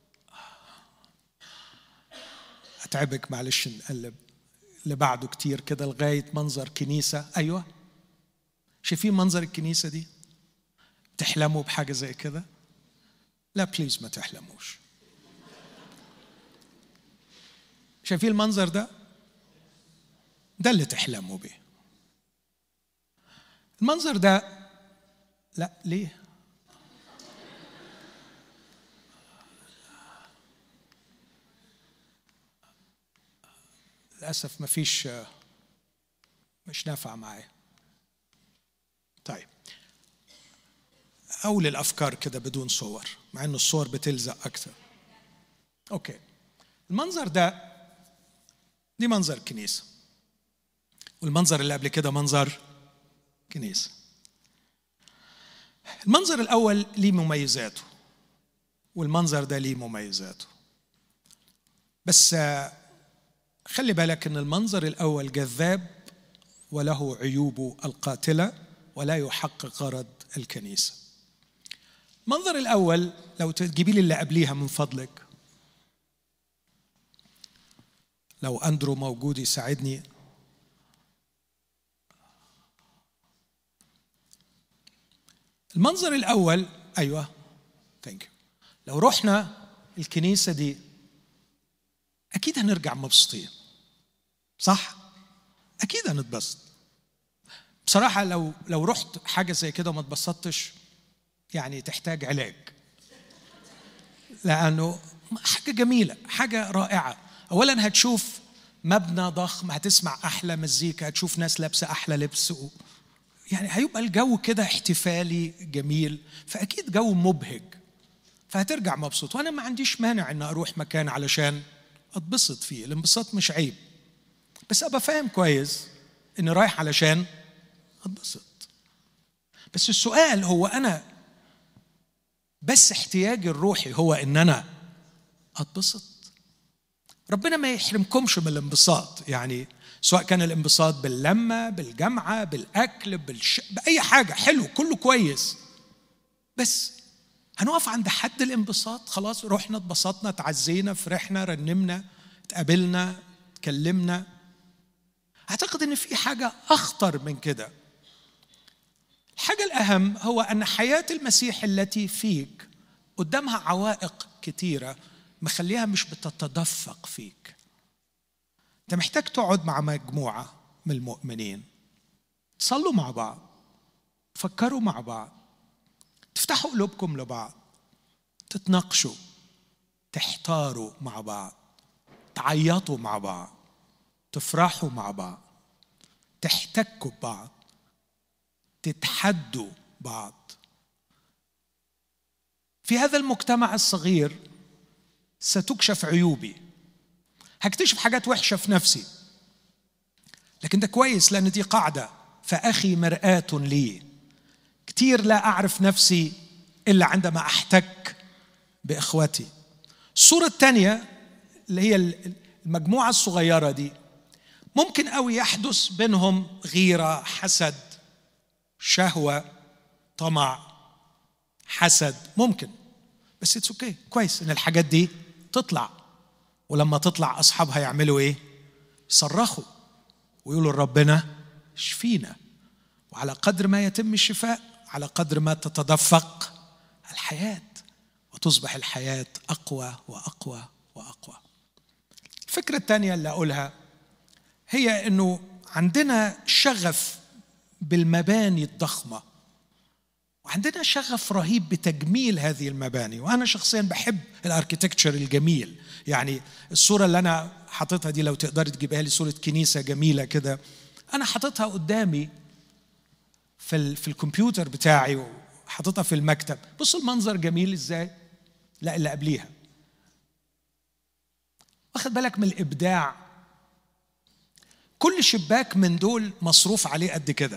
أتعبك معلش نقلب اللي بعده كتير كده لغاية منظر كنيسة. أيوة، شايفين منظر الكنيسة دي؟ تحلموا بحاجة زي كده؟ لا بليز ما تحلموش. شايفين المنظر ده؟ ده اللي تحلموا بيه. المنظر ده لا ليه؟ للأسف مش نافع معايا. طيب أول الأفكار كده بدون صور، مع إنه الصور بتلزق أكثر. أوكي، المنظر ده، دي منظر كنيسة، والمنظر اللي قبل كده منظر كنيسة. المنظر الأول ليه مميزاته، والمنظر ده ليه مميزاته، بس خلي بالك إن المنظر الأول جذاب وله عيوبه القاتلة ولا يحقق غرض الكنيسة. المنظر الأول، لو تجيبي لي اللي قبليها من فضلك، لو أندرو موجود يساعدني. المنظر الأول، أيوة ثانك يو. لو رحنا الكنيسة دي أكيد هنرجع مبسوطين، صح؟ أكيد هنتبسط. بصراحة لو رحت حاجة زي كده وما اتبسطتش، يعني تحتاج علاج، لأنه حاجة جميلة، حاجة رائعة. أولا هتشوف مبنى ضخم، هتسمع أحلى مزيكا، هتشوف ناس لابسة أحلى لبس، يعني هيبقى الجو كده احتفالي جميل، فأكيد جو مبهج، فهترجع مبسوط. وأنا ما عنديش مانع أن أروح مكان علشان أتبسط فيه، الانبساط مش عيب، بس أبقى فاهم كويس أني رايح علشان أتبسط. بس السؤال هو، أنا بس احتياجي الروحي هو أن أنا أتبسط؟ ربنا ما يحرمكمش من الانبساط، يعني سواء كان الانبساط باللمة، بالجامعة، بالأكل، بأي حاجة، حلو، كله كويس، بس هنقف عند حد الانبساط؟ خلاص رحنا اتبسطنا، تعزينا، فرحنا، رنمنا، تقابلنا، تكلمنا. أعتقد أن في حاجة أخطر من كده. الحاجة الأهم هو أن حياة المسيح التي فيك قدامها عوائق كتيرة مخليها مش بتتدفق فيك. أنت محتاج تقعد مع مجموعة من المؤمنين، تصلوا مع بعض، تفكروا مع بعض، تفتحوا قلوبكم لبعض، تتناقشوا، تحتاروا مع بعض، تعيطوا مع بعض، تفرحوا مع بعض، تحتكوا ببعض، تتحدوا بعض. في هذا المجتمع الصغير ستكشف عيوبي، هكتشف حاجات وحشة في نفسي، لكن ده كويس لأن دي قاعدة، فأخي مرآة لي. كتير لا أعرف نفسي إلا عندما أحتك بإخوتي. الصورة الثانية اللي هي المجموعة الصغيرة دي، ممكن قوي يحدث بينهم غيرة، حسد، شهوة، طمع، حسد، ممكن، بس اتس اوكي، كويس ان الحاجات دي تطلع، ولما تطلع اصحابها يعملوا ايه؟ يصرخوا ويقولوا ربنا اشفينا. وعلى قدر ما يتم الشفاء، على قدر ما تتدفق الحياة وتصبح الحياة أقوى وأقوى وأقوى. الفكرة الثانية اللي أقولها هي أنه عندنا شغف بالمباني الضخمة، وعندنا شغف رهيب بتجميل هذه المباني. وأنا شخصياً بحب الاركيتكتشر الجميل، يعني الصورة اللي أنا حاططها دي لو تقدر تجيبها لي، صورة كنيسة جميلة كده، أنا حاططها قدامي في الكمبيوتر بتاعي وحاططها في المكتب. بصوا المنظر جميل إزاي؟ لا اللي قبليها، واخد بالك من الإبداع؟ كل شباك من دول مصروف عليه قد كده،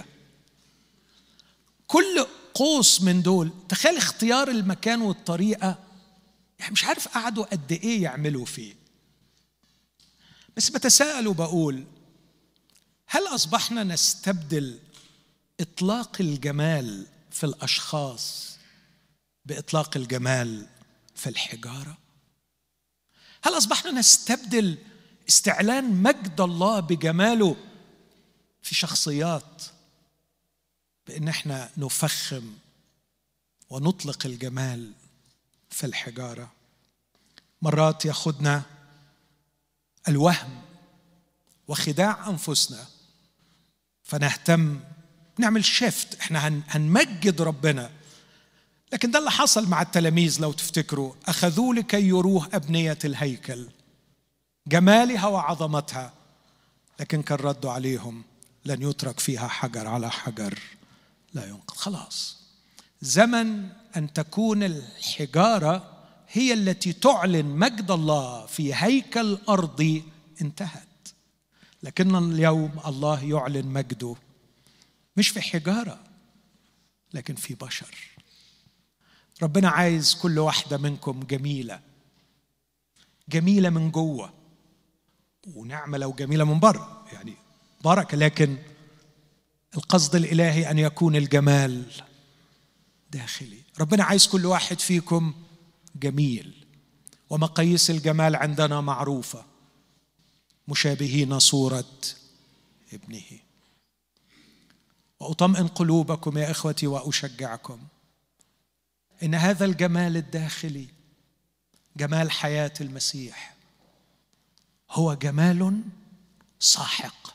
كل قوس من دول، تخيل اختيار المكان والطريقة، يعني مش عارف قعدوا قد ايه يعملوا فيه. بس بتساءل وبقول، هل أصبحنا نستبدل إطلاق الجمال في الأشخاص بإطلاق الجمال في الحجارة؟ هل أصبحنا نستبدل استعلان مجد الله بجماله في شخصيات بأن احنا نفخم ونطلق الجمال في الحجارة؟ مرات ياخدنا الوهم وخداع أنفسنا فنهتم نعمل شيفت، احنا هنمجد ربنا. لكن ده اللي حصل مع التلاميذ لو تفتكروا، أخذوه لكي يروه أبنية الهيكل جمالها وعظمتها، لكن كان ردوا عليهم لن يترك فيها حجر على حجر لا ينقض. خلاص زمن أن تكون الحجارة هي التي تعلن مجد الله في هيكل أرضي انتهت. لكن اليوم الله يعلن مجده مش في حجارة لكن في بشر. ربنا عايز كل واحدة منكم جميلة، جميلة من جوه، ونعمة لو جميلة من بره يعني بركة، لكن القصد الإلهي أن يكون الجمال داخلي. ربنا عايز كل واحد فيكم جميل، ومقاييس الجمال عندنا معروفة، مشابهين صورة ابنه. وأطمئن قلوبكم يا إخوتي وأشجعكم إن هذا الجمال الداخلي، جمال حياة المسيح، هو جمال ساحق،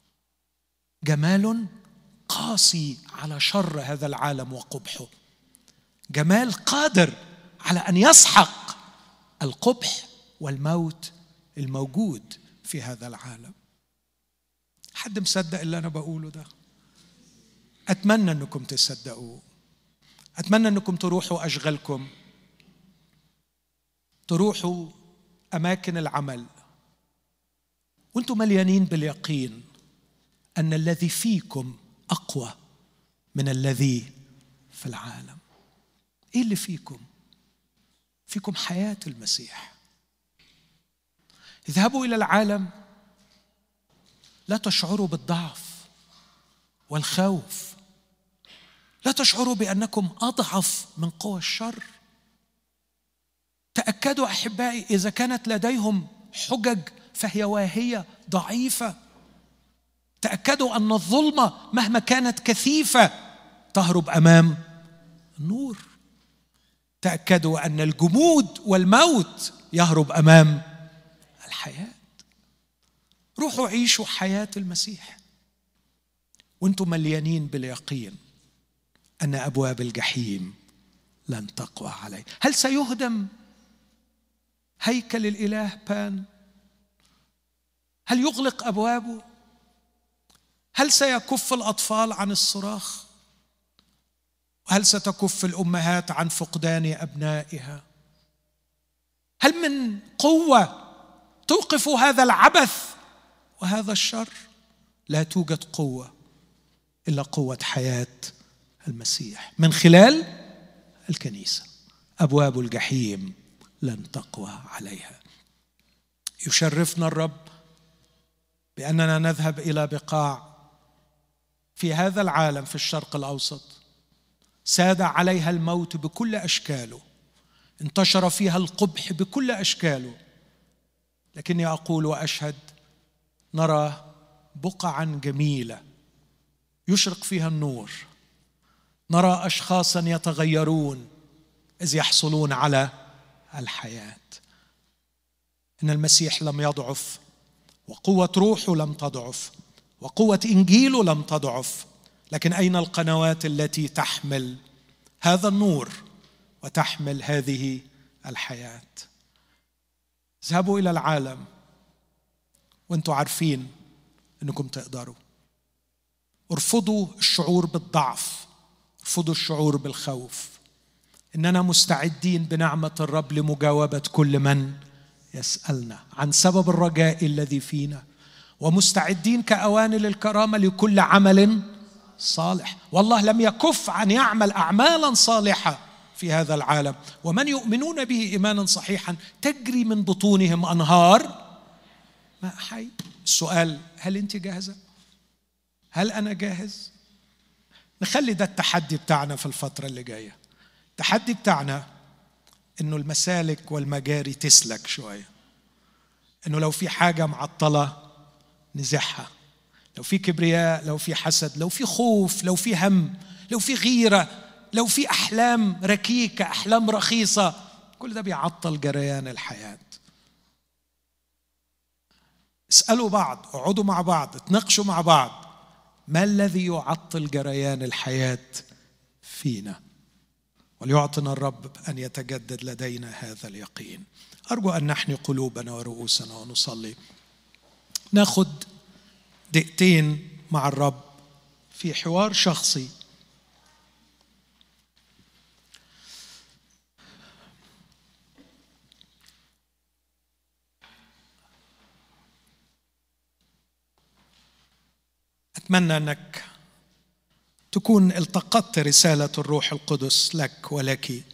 جمال قاسي على شر هذا العالم وقبحه، جمال قادر على أن يسحق القبح والموت الموجود في هذا العالم. حد مصدق اللي أنا بقوله ده؟ أتمنى أنكم تصدقوا. أتمنى أنكم تروحوا أشغالكم، تروحوا أماكن العمل وأنتم مليانين باليقين أن الذي فيكم أقوى من الذي في العالم. إيه اللي فيكم؟ فيكم حياة المسيح. اذهبوا إلى العالم لا تشعروا بالضعف والخوف، لا تشعروا بأنكم أضعف من قوى الشر. تأكدوا أحبائي إذا كانت لديهم حجج فهي واهية ضعيفة. تأكدوا أن الظلمة مهما كانت كثيفة تهرب أمام النور. تأكدوا أن الجمود والموت يهرب أمام الحياة. روحوا عيشوا حياة المسيح وانتم مليانين باليقين أن أبواب الجحيم لن تقوى عليه. هل سيهدم هيكل الإله بان؟ هل يغلق أبوابه؟ هل سيكف الأطفال عن الصراخ؟ وهل ستكف الأمهات عن فقدان أبنائها؟ هل من قوة توقف هذا العبث وهذا الشر؟ لا توجد قوة إلا قوة حياة المسيح من خلال الكنيسة. أبواب الجحيم لن تقوى عليها. يشرفنا الرب بأننا نذهب إلى بقاع في هذا العالم في الشرق الأوسط ساد عليها الموت بكل أشكاله، انتشر فيها القبح بكل أشكاله، لكني أقول وأشهد نرى بقعا جميلة يشرق فيها النور، نرى أشخاصا يتغيرون إذ يحصلون على الحياة. إن المسيح لم يضعف، وقوة روحه لم تضعف، وقوة إنجيله لم تضعف، لكن أين القنوات التي تحمل هذا النور وتحمل هذه الحياة؟ اذهبوا إلى العالم وانتم عارفين أنكم تقدروا. ارفضوا الشعور بالضعف، ارفضوا الشعور بالخوف. إننا مستعدين بنعمة الرب لمجاوبة كل من يسألنا عن سبب الرجاء الذي فينا، ومستعدين كأواني للكرامة لكل عمل صالح. والله لم يكف عن يعمل أعمالا صالحة في هذا العالم، ومن يؤمنون به إيمانا صحيحا تجري من بطونهم أنهار ماء حي. السؤال: هل أنت جاهزة؟ هل أنا جاهز؟ نخلي ده التحدي بتاعنا في الفترة اللي جاية. التحدي بتاعنا إنه المسالك والمجاري تسلك شوية، إنه لو في حاجة معطلة نزحها، لو في كبرياء، لو في حسد، لو في خوف، لو في هم، لو في غيرة، لو في أحلام ركيكة، أحلام رخيصة، كل ده بيعطل جريان الحياة. اسألوا بعض، اقعدوا مع بعض، اتناقشوا مع بعض، ما الذي يعطل جريان الحياة فينا؟ وليعطنا الرب أن يتجدد لدينا هذا اليقين. أرجو أن نحني قلوبنا ورؤوسنا ونصلي، ناخد دقيقتين مع الرب في حوار شخصي. أتمنى أنك تكون التقطت رسالة الروح القدس لك ولك.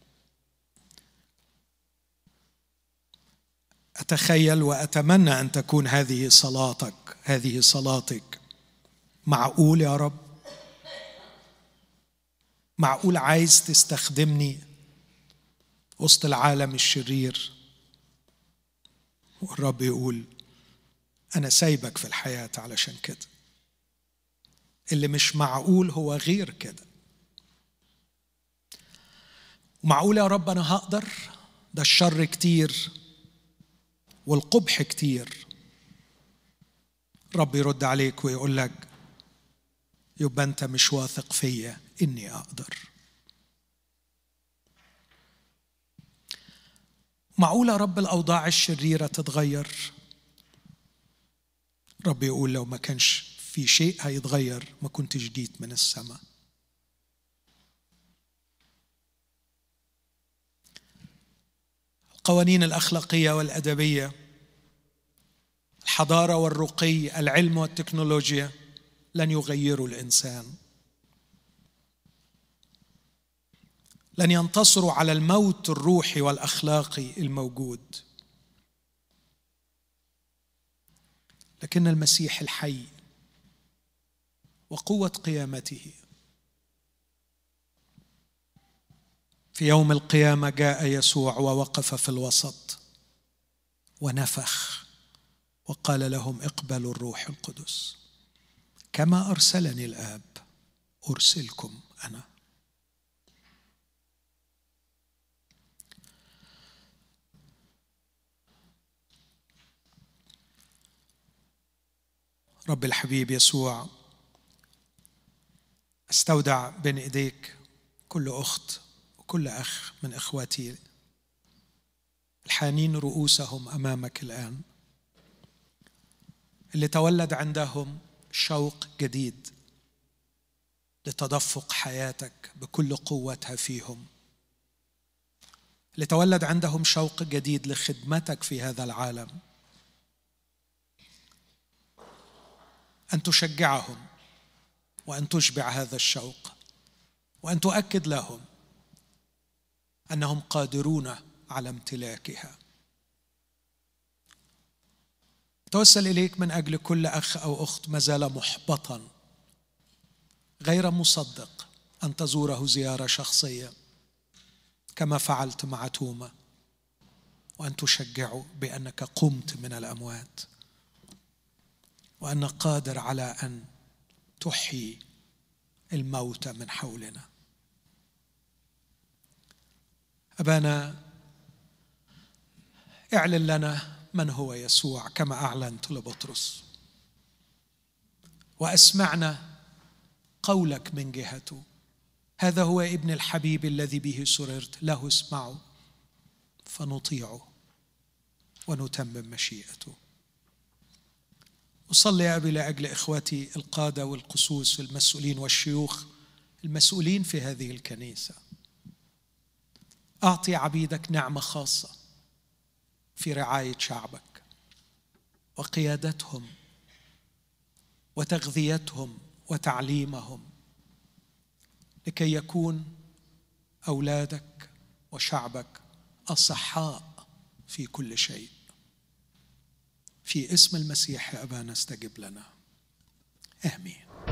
أتخيل وأتمنى أن تكون هذه صلاتك، هذه صلاتك. معقول يا رب؟ معقول عايز تستخدمني وسط العالم الشرير؟ والرب يقول أنا سايبك في الحياة علشان كده. اللي مش معقول هو غير كده. معقول يا رب أنا هقدر؟ ده الشر كتير والقبح كتير. رب يرد عليك ويقول لك يبقى أنت مش واثق فيا إني أقدر. معقول يا رب الأوضاع الشريرة تتغير؟ رب يقول لو ما كانش في شيء هيتغير ما كنتش جيت من السماء. القوانين الأخلاقية والأدبية، الحضارة والرقي، العلم والتكنولوجيا لن يغيروا الإنسان، لن ينتصروا على الموت الروحي والأخلاقي الموجود. لكن المسيح الحي وقوة قيامته في يوم القيامة جاء يسوع ووقف في الوسط ونفخ وقال لهم اقبلوا الروح القدس، كما أرسلني الآب أرسلكم أنا. رب الحبيب يسوع، استودع بين إيديك كل أخت وكل أخ من إخواتي الحانين رؤوسهم أمامك الآن، اللي تولد عندهم شوق جديد لتدفق حياتك بكل قوتها فيهم، اللي تولد عندهم شوق جديد لخدمتك في هذا العالم، أن تشجعهم وأن تشبع هذا الشوق وأن تؤكد لهم أنهم قادرون على امتلاكها. توسل إليك من أجل كل أخ أو أخت ما زال محبطا غير مصدق أن تزوره زيارة شخصية كما فعلت مع توما، وأن تشجعه بأنك قمت من الأموات وأنك قادر على أن تحيي الموتى من حولنا. أبانا، اعلن لنا من هو يسوع كما أعلنت لبطرس، وأسمعنا قولك من جهته، هذا هو ابن الحبيب الذي به سررت، له اسمعوا فنطيعه ونتمم مشيئته. أصلي يا أبي لأجل إخوتي القادة والقسوس المسؤولين والشيوخ المسؤولين في هذه الكنيسة. أعطي عبيدك نعمة خاصة في رعاية شعبك وقيادتهم وتغذيتهم وتعليمهم، لكي يكون أولادك وشعبك أصحاء في كل شيء. في اسم المسيح يا أبانا استجب لنا. آمين.